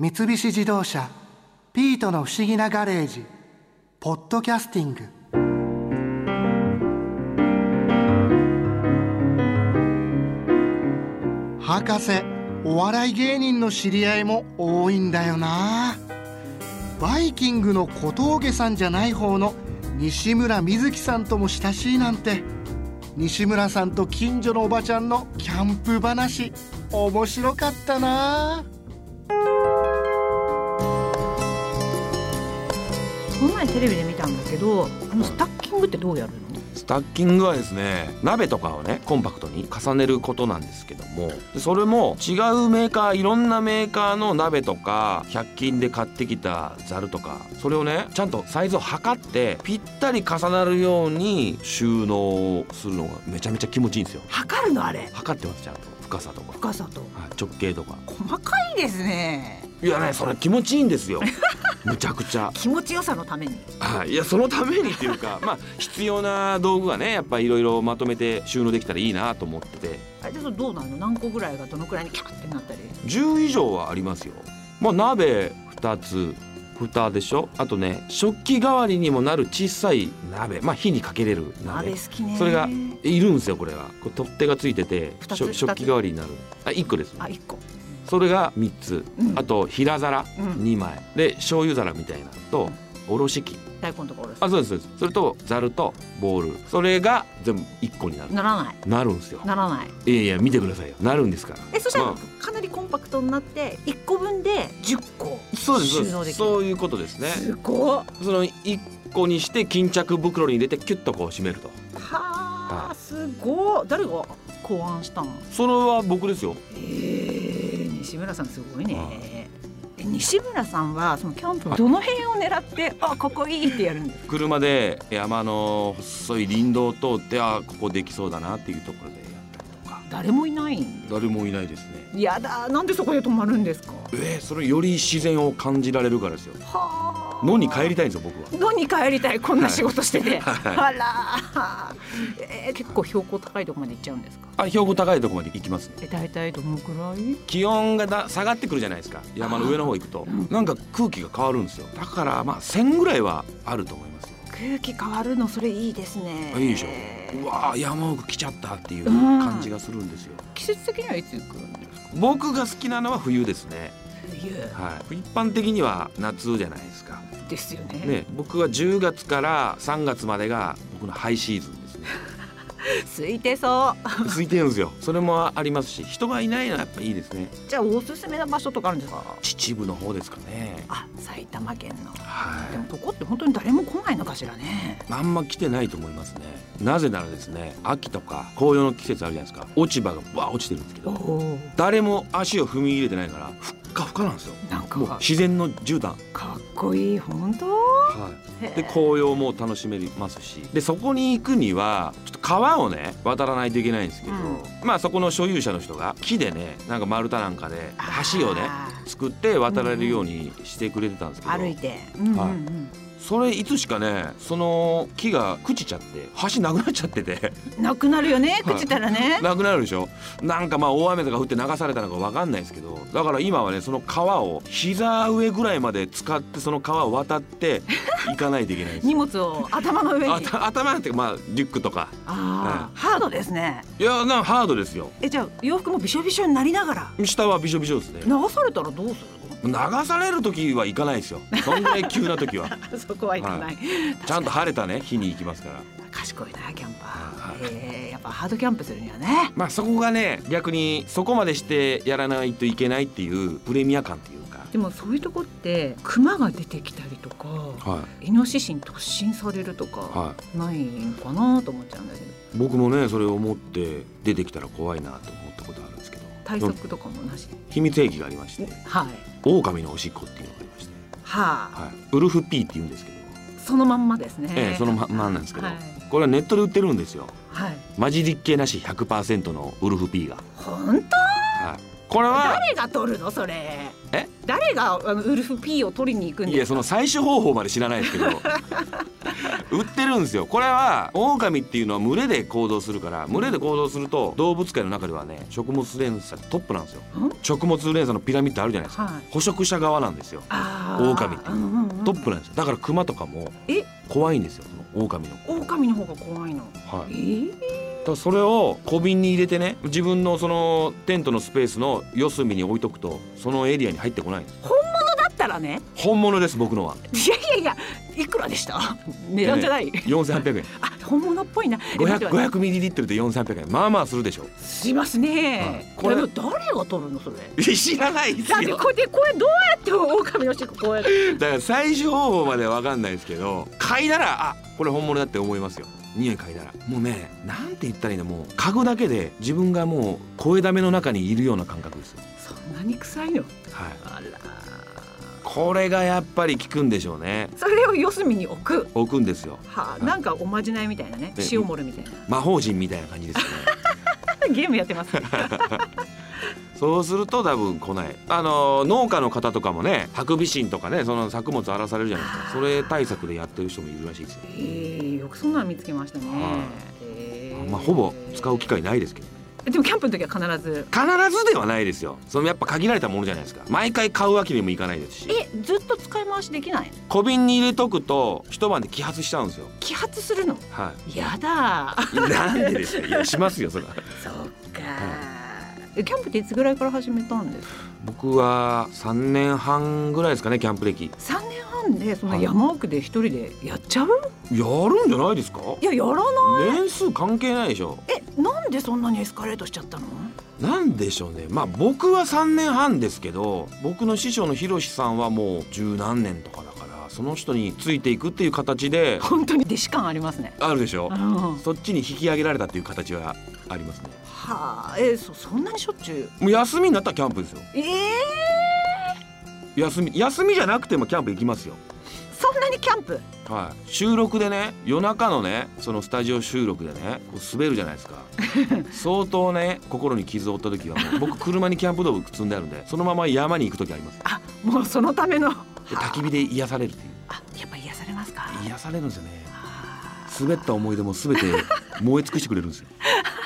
三菱自動車ピートの不思議なガレージポッドキャスティング。博士、お笑い芸人の知り合いも多いんだよな。バイキングの小峠さんじゃない方の西村瑞希さんとも親しいなんて。西村さんと近所のおばちゃんのキャンプ話面白かったな。 この前テレビで見たんだけど、スタッキングってどうやるの？ スタッキングはですね、鍋とかをねコンパクトに重ねることなんですけども、それも違うメーカー、いろんなメーカーの鍋とか100均で買ってきたザルとか、それをねちゃんとサイズを測ってぴったり重なるように収納するのがめちゃめちゃ気持ちいいんですよ。 測るの？あれ測ってます、ちゃんと深さとか直径とか。 細かいですね。 いやね、それ気持ちいいんですよむちゃくちゃ気持ちよさのために。 いや、そのためにっていうかまあ必要な道具がねやっぱいろいろまとめて収納できたらいいなと思ってて。 あれでどうなの？何個ぐらいがどのくらいにキャッてなったり。 10以上はありますよ。まあ鍋2つ蓋でしょ。あとね食器代わりにもなる小さい鍋、まあ火にかけれる鍋、 好きね。 それがいるんですよ。これはこれ取っ手がついてて食器代わりになる。1個です。 1個。 それが3つ、あと平皿2枚、で醤油皿みたいなのと、おろし器、 大根とかおろし器。 そうですそうです。それとザルとボウル、それが全部1個になる。 ならない。なるんですよ。ならない。 いや見てくださいよ、なるんですから。 そしたらかなりコンパクトになって1個分で10個収納できる。 そういうことですね。 すごい。 その1個にして巾着袋に入れてキュッとこう締めると。 はあ、すごい。誰が考案したの？ それは僕ですよ。 西村さんすごいね。西村さんはそのキャンプどの辺を狙ってここいいってやるんですか？ 車で山の細い林道を通ってここできそうだなっていうところでやったりとか。 誰もいない？ 誰もいないですね。 やだ、なんでそこで泊まるんですか？ それより自然を感じられるからですよ。野に帰りたいんですよ、僕は。 野に帰りたい、こんな仕事してて、あら、結構標高高いところまで行っちゃうんですか？ 標高高いところまで行きます。 大体どのくらい？ 気温が下がってくるじゃないですか、山の上の方行くと、なんか空気が変わるんですよ。だからまあ1000ぐらいはあると思いますよ。 空気変わるの、それいいですね。 いいでしょ。うわー、山奥来ちゃったっていう感じがするんですよ。 季節的にはいつ行くんですか？ 僕が好きなのは冬ですね。 冬、 一般的には夏じゃないですか。 ですよね。 僕は10月から3月までが僕のハイシーズンですね空いてそう。 空いてるんですよ。それもありますし、人がいないのはやっぱいいですね。 じゃあおすすめな場所とかあるんですか？ 秩父の方ですかね。 埼玉県の。でもここって本当に誰も来ないのかしらね。 あんま来てないと思いますね。なぜならですね、秋とか紅葉の季節あるじゃないですか。落ち葉が落ちてるんですけど、誰も足を踏み入れてないからふっかふかなんですよ。なんかもう自然の絨毯。 かっこいい。本当？ で紅葉も楽しめますし、でそこに行くにはちょっと川をね渡らないといけないんですけど、まあそこの所有者の人が木でね、なんか丸太なんかで橋をね作って渡られるようにしてくれてたんですけど、 歩いて、 それいつしかね、その木が朽ちちゃって橋なくなっちゃってて。 なくなるよね、朽ちたらね。 なくなるでしょ。なんかまあ大雨とか降って流されたのか分かんないですけど、だから今はねその川を膝上ぐらいまで使ってその川を渡って行かないといけないんです荷物を頭の上に頭ってまあリュックとか。 ハードですね。 いや、ハードですよ。 じゃあ洋服もびしょびしょになりながら。 下はびしょびしょですね。 流されたらどうするの？ 流される時は行かないですよ。そんぐらい急な時はそこは行かない、 ちゃんと晴れたね日に行きますから。 賢いなキャンパー、やっぱハードキャンプするにはね。 まあそこがね、逆にそこまでしてやらないといけないっていうプレミア感っていうか。 でもそういうとこってクマが出てきたりとか、イノシシに突進されるとか、ないのかなと思っちゃうんだけど。 僕もねそれを思って出てきたら怖いなと思ったことあるんですけど、 対策とかもなし。 秘密兵器がありまして、狼のおしっこっていうのがありまして、ウルフピーって言うんですけど、 そのまんまですね。 そのまんまなんですけど、これはネットで売ってるんですよ。混じりっ気なし 100% のウルフピーが。 本当？ これは誰が取るのそれ？ 誰がウルフ P を取りに行くんですか？ いや、その採取方法まで知らないですけど売ってるんですよ。これは狼っていうのは群れで行動するから、群れで行動すると動物界の中ではね、食物連鎖トップなんですよ。食物連鎖のピラミッドあるじゃないですか、捕食者側なんですよ狼って、トップなんですよ。だからクマとかも怖いんですよ、その狼の方が怖いの。 だからそれを小瓶に入れてね、自分のそのテントのスペースの四隅に置いとくと、そのエリアに入ってこないんです。 本物だったらね。 本物です、僕のは。 いやいくらでした？値段じゃない。 4800円。 本物っぽいな。 500ミリリットルで4800円。まあまあするでしょ。 しますね。これ誰が取るのそれ？ 知らないですよ。 だってこれどうやって狼の尻尾こうやって。 だから採取方法までは分かんないですけど、嗅いだらこれ本物だって思いますよ。匂い嗅いだらもうね、なんて言ったらいいの、もう嗅ぐだけで自分がもう声だめの中にいるような感覚ですよ。 そんなに臭いの？ あら、これがやっぱり効くんでしょうね。 それを四隅に置くんですよ。 なんかおまじないみたいなね、塩盛るみたいな、 魔法陣みたいな感じですねゲームやってますそうすると多分来ない。農家の方とかもね、ハクビシンとかね、その作物荒らされるじゃないですか。それ対策でやってる人もいるらしいですよ。 よくそんなの見つけましたね。 ほぼ使う機会ないですけどね。 でもキャンプの時は必ずではないですよ。そのやっぱ限られたものじゃないですか。毎回買うわけにもいかないですし。 ずっと使い回しできない？ 小瓶に入れとくと一晩で揮発しちゃうんですよ。 揮発するの？やだなんでですか？いや、しますよそれは。 そっか、キャンプっていつぐらいから始めたんですか？ 僕は3年半ぐらいですかね、キャンプ歴。 3年半でその山奥で一人でやっちゃう？ やるんじゃないですか？ いや、やらない。 年数関係ないでしょ。 なんでそんなにエスカレートしちゃったの？ なんでしょうね。僕は3年半ですけど、僕の師匠のひろしさんはもう十何年とかだから、その人についていくっていう形で。 本当に弟子感ありますね。 あるでしょ、そっちに引き上げられたっていう形はありますね。 そんなにしょっちゅう？ もう休みになったらキャンプですよ。休みじゃなくてもキャンプ行きますよ。 そんなにキャンプ？ 収録でね、夜中のね、そのスタジオ収録でね、こう滑るじゃないですか相当ね、心に傷を負った時はもう僕車にキャンプ道具積んであるんで、そのまま山に行く時あります。 もうそのための。 焚き火で癒されるっていう。 やっぱ癒されますか？ 癒されるんですよね。滑った思い出も全て燃え尽くしてくれるんですよ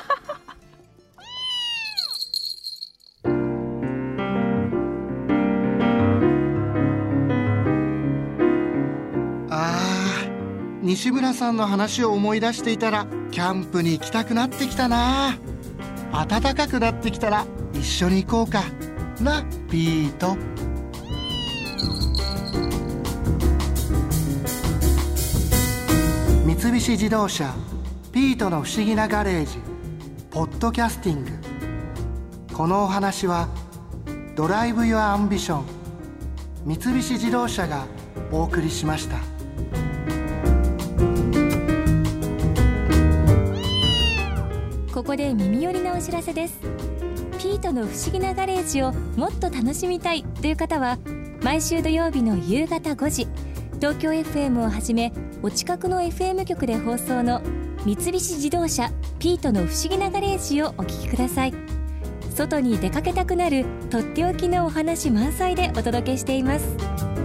西村さんの話を思い出していたら、キャンプに行きたくなってきたな。暖かくなってきたら一緒に行こうかな、ピート。三菱自動車ピートの不思議なガレージポッドキャスティング。このお話はドライブ・ユア・アンビション三菱自動車がお送りしました。 ここで耳寄りなお知らせです。ピートの不思議なガレージをもっと楽しみたいという方は、毎週土曜日の夕方5時、東京 FM をはじめお近くの FM 局で放送の三菱自動車ピートの不思議なガレージをお聞きください。外に出かけたくなるとっておきのお話満載でお届けしています。